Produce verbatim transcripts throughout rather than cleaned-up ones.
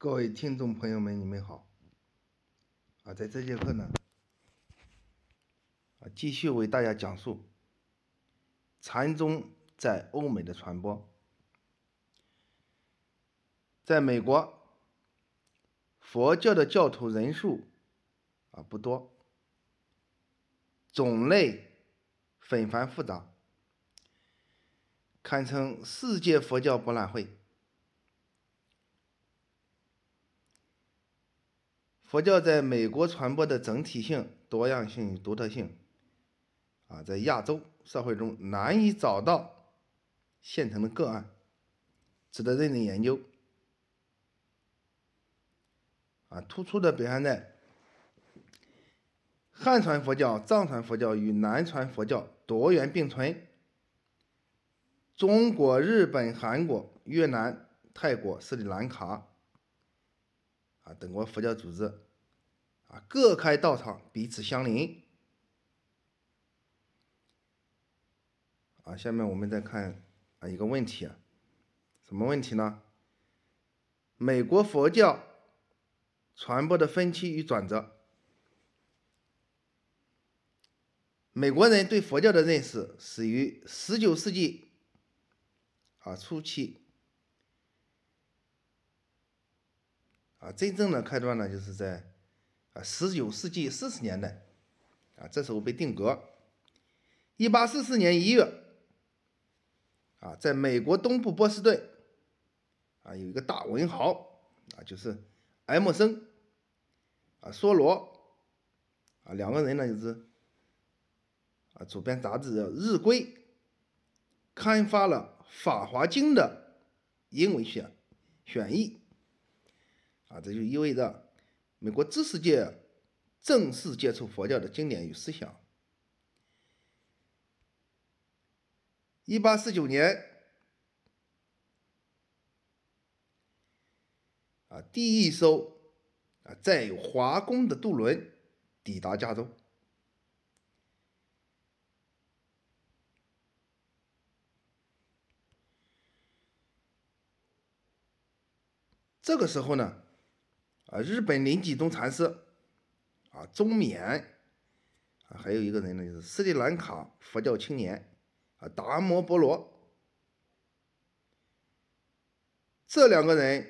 各位听众朋友们，你们好！啊，在这节课呢，啊，继续为大家讲述禅宗在欧美的传播。在美国，佛教的教徒人数啊不多，种类纷繁复杂，堪称世界佛教博览会。佛教在美国传播的整体性、多样性与独特性，啊，在亚洲社会中难以找到现成的个案，值得认真研究。啊，突出的表现在汉传佛教、藏传佛教与南传佛教多元并存，中国、日本、韩国、越南、泰国、斯里兰卡啊等国佛教组织啊各开道场，彼此相邻。啊，下面我们再看啊一个问题啊，什么问题呢？美国佛教传播的分歧与转折。美国人对佛教的认识始于十九世纪啊初期，啊，真正的开端呢，就是在啊十九世纪四十年代，啊，这时候被定格。一八四四年一月，啊，在美国东部波士顿，啊，有一个大文豪，啊，就是艾默生，啊，梭罗，啊，两个人呢，就是啊，主编杂志《日规》，刊发了《法华经》的英文选选译。啊，这就意味着美国知识界正式接触佛教的经典与思想。一八四九年，啊，第一艘啊载有华工的渡轮抵达加州。这个时候呢，啊，日本临济宗禅师啊，中缅啊，还有一个人呢，就是斯里兰卡佛教青年啊，达摩波罗。这两个人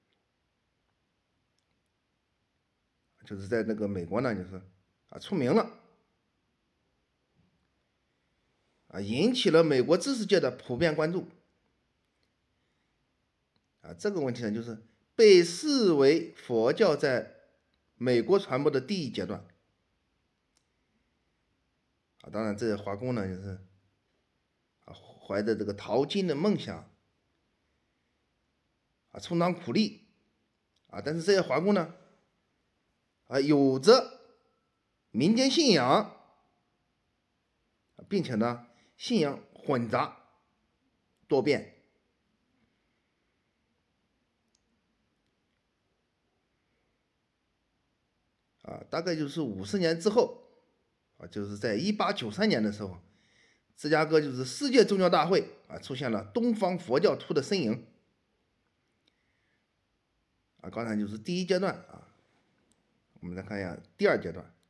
就是在那个美国呢，就是啊出名了，啊，引起了美国知识界的普遍关注。啊，这个问题呢，就是被视为佛教在美国传播的第一阶段。啊，当然，这些华工呢，就是啊怀着这个淘金的梦想，啊，充当苦力，啊，但是这些华工呢，啊，有着民间信仰，并且呢，信仰混杂多变。啊，大概就是五十年之后，啊，就是在一八九三年的时候，芝加哥就是世界宗教大会啊，出现了东方佛教徒的身影。啊，刚才就是第一阶段啊，我们再看一下第二阶段。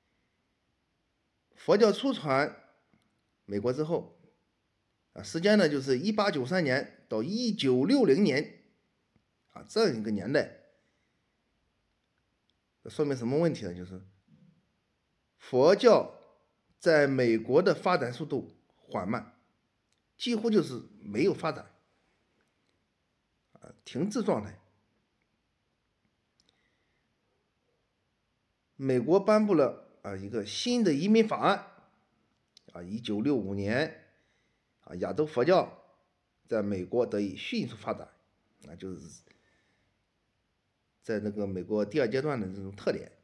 佛教初传美国之后，啊，时间呢就是一八九三年到一九六零年，啊，这样一个年代。这说明什么问题呢？就是佛教在美国的发展速度缓慢，几乎就是没有发展，啊，停滞状态。美国颁布了啊一个新的移民法案，啊，一九六五年，啊，亚洲佛教在美国得以迅速发展，啊，就是在那个美国第二阶段的这种特点。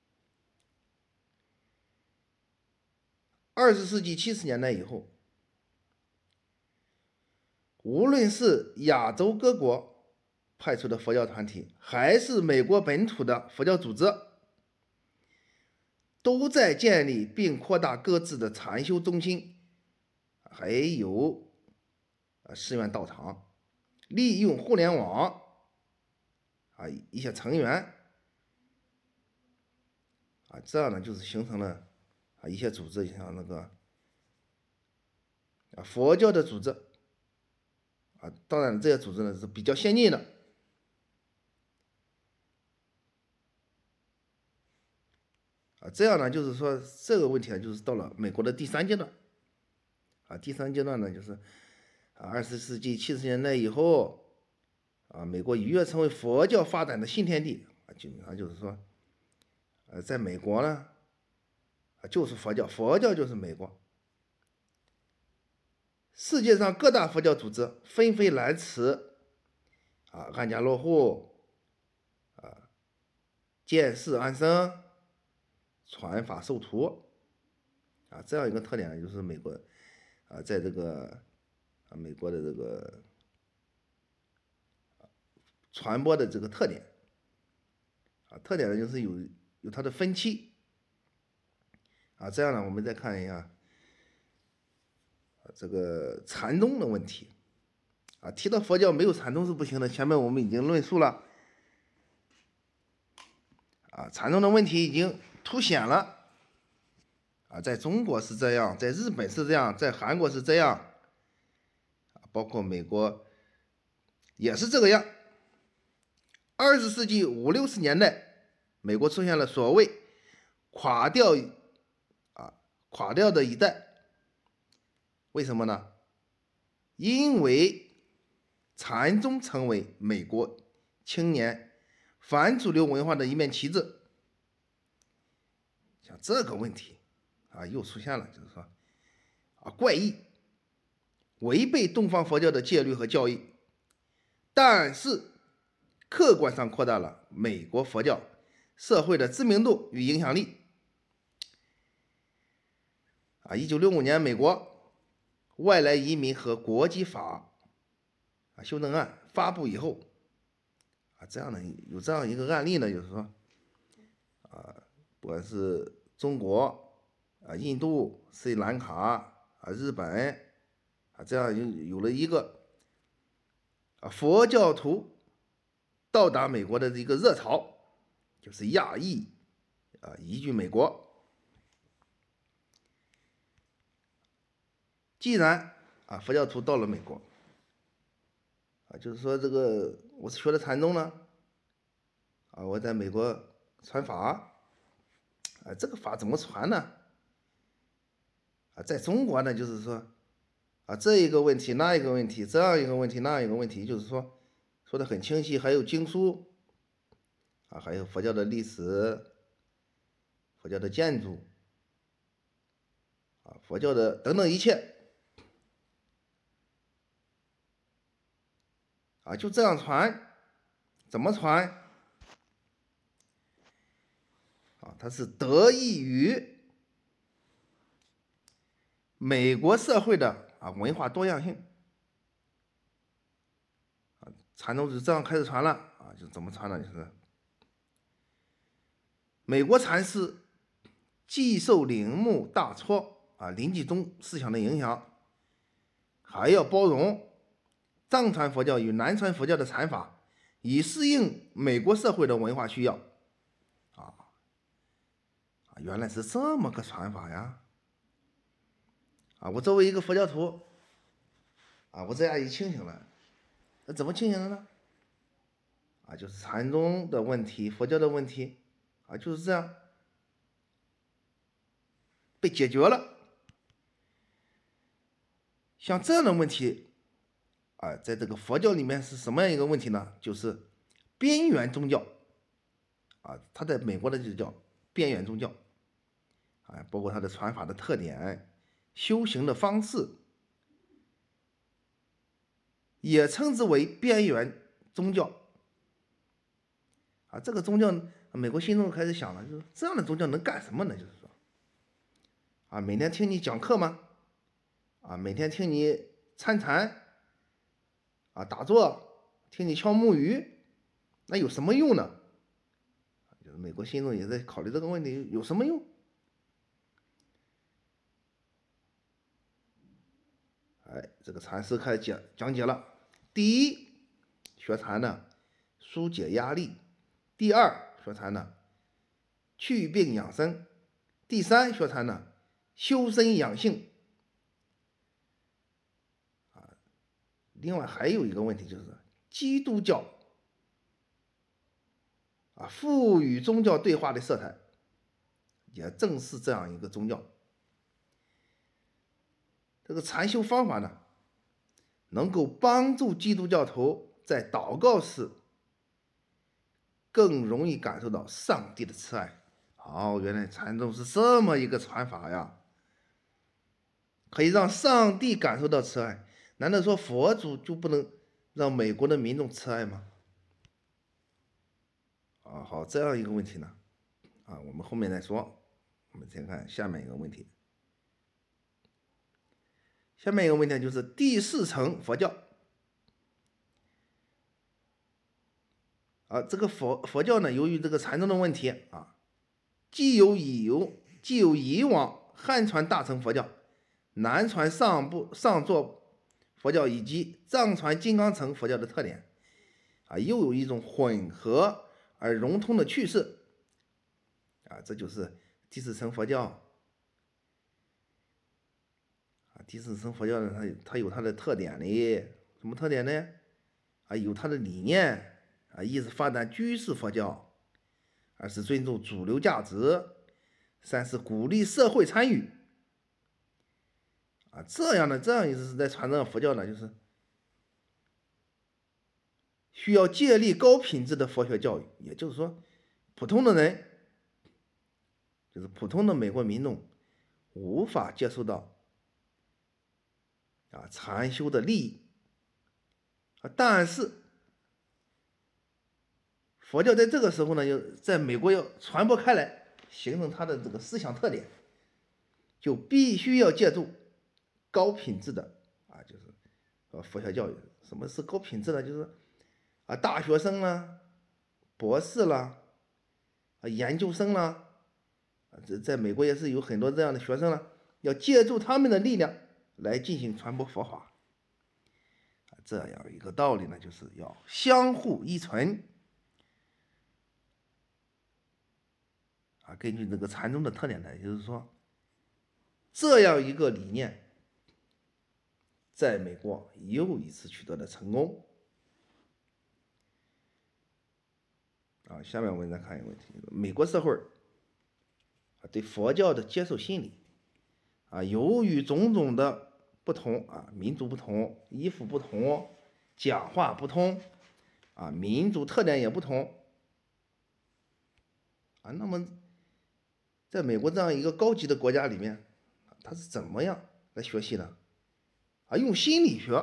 二十世纪七十年代以后，无论是亚洲各国派出的佛教团体，还是美国本土的佛教组织，都在建立并扩大各自的禅修中心，还有寺院道场，利用互联网啊一些成员啊，这样呢就是形成了啊一些组织，像那个啊佛教的组织啊，当然这些组织呢是比较先进的啊，这样呢就是说这个问题呢就是到了美国的第三阶段啊，第三阶段呢就是啊二十世纪七十年代以后啊，美国一跃成为佛教发展的新天地啊，基本上就是说，呃，在美国呢啊就是佛教，佛教就是美国。世界上各大佛教组织纷纷来此啊，安家落户啊，建寺安生，传法授徒啊，这样一个特点呢，就是美国啊，在这个啊美国的这个传播的这个特点啊，特点呢就是有有它的分期啊，这样呢，我们再看一下啊这个禅宗的问题啊，提到佛教没有禅宗是不行的，前面我们已经论述了啊，禅宗的问题已经凸显了啊，在中国是这样，在日本是这样，在韩国是这样，啊，包括美国也是这个样。二十世纪五六十年代，美国出现了所谓垮掉啊垮掉的一代，为什么呢？因为禅宗成为美国青年反主流文化的一面旗帜。像这个问题啊，又出现了，就是说啊怪异，违背东方佛教的戒律和教义，但是客观上扩大了美国佛教社会的知名度与影响力。啊，一九六五年，美国外来移民和国籍法啊修正案发布以后，啊，这样的有这样一个案例呢，就是说，啊，不管是中国啊、印度、斯里兰卡啊、日本啊，这样有有了一个啊佛教徒到达美国的一个热潮，就是亚裔啊移居美国。既然啊佛教徒到了美国，啊，就是说这个我是学的禅宗呢，啊，我在美国传法，啊，这个法怎么传呢？啊，在中国呢，就是说，啊，这一个问题那一个问题，这样一个问题那一个问题，就是说说的很清晰，还有经书，啊，还有佛教的历史，佛教的建筑，啊，佛教的等等一切，啊，就这样传，怎么传？啊，它是得益于美国社会的啊文化多样性。啊，禅宗是这样开始传了啊，就怎么传呢？就是美国禅师既受铃木大错啊临济宗思想的影响，还要包容藏传佛教与南传佛教的禅法，以适应美国社会的文化需要。啊，原来是这么个传法呀！啊，我作为一个佛教徒，啊，我这样一清醒了，那怎么清醒的呢？啊，就是禅宗的问题，佛教的问题，啊，就是这样被解决了。像这样的问题，啊，在这个佛教里面是什么样一个问题呢？就是边缘宗教，啊，它在美国的就叫边缘宗教，啊，包括它的传法的特点、修行的方式，也称之为边缘宗教。啊，这个宗教，美国信众开始想了，就是这样的宗教能干什么呢？就是说，啊，每天听你讲课吗？啊，每天听你参禅，啊，打坐，听你敲木鱼，那有什么用呢？就是美国信众也在考虑这个问题，有什么用？哎，这个禅师开始讲讲解了。第一，学禅呢， 疏解压力；第二学禅呢，祛病养生；第三学禅呢，修身养性。啊，另外还有一个问题就是，基督教啊赋予宗教对话的色彩，也正是这样一个宗教。这个禅修方法呢，能够帮助基督教徒在祷告时更容易感受到上帝的慈爱。哦，原来禅宗是这么一个传法呀，可以让上帝感受到慈爱。难道说佛祖就不能让美国的民众慈爱吗？啊，好，这样一个问题呢，啊，我们后面再说。我们先看下面一个问题。下面一个问题就是第四层佛教。啊，这个佛佛教呢，由于这个禅宗的问题啊，既有以有既有以往汉传大乘佛教、南传上部上座佛教以及藏传金刚乘佛教的特点，啊，又有一种混合而融通的趋势。啊，这就是第四层佛教。啊，第四层佛教呢，它它有它的特点嘞，什么特点呢？啊，有它的理念。啊，一是发展居士佛教，二是尊重主流价值，三是鼓励社会参与。啊，这样的这样一是在传承佛教呢，就是需要建立高品质的佛学教育，也就是说，普通的人，就是普通的美国民众，无法接受到啊禅修的利益。啊，但是佛教在这个时候呢，要在美国要传播开来，形成它的这个思想特点，就必须要借助高品质的啊，就是呃佛学教育。什么是高品质呢？就是啊大学生啦、博士啦、啊研究生啦，啊这在美国也是有很多这样的学生了，要借助他们的力量来进行传播佛法。啊，这样一个道理呢，就是要相互依存。啊，根据这个禅宗的特点呢，也就是说，这样一个理念，在美国又一次取得了成功。啊，下面我们再看一个问题：美国社会啊对佛教的接受心理啊，由于种种的不同啊，民族不同，衣服不同，讲话不同，啊，民族特点也不同，啊，那么在美国这样一个高级的国家里面，他是怎么样来学习呢？啊，用心理学，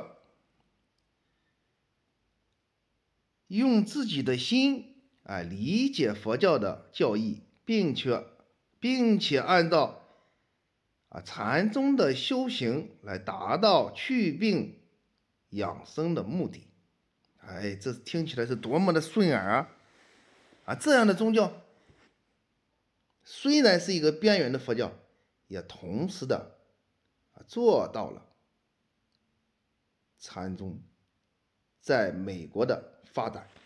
用自己的心啊理解佛教的教义，并且并且按照啊禅宗的修行来达到祛病养生的目的。哎，这听起来是多么的顺耳啊！啊，这样的宗教虽然是一个边缘的佛教，也同时的啊做到了禅宗在美国的发展。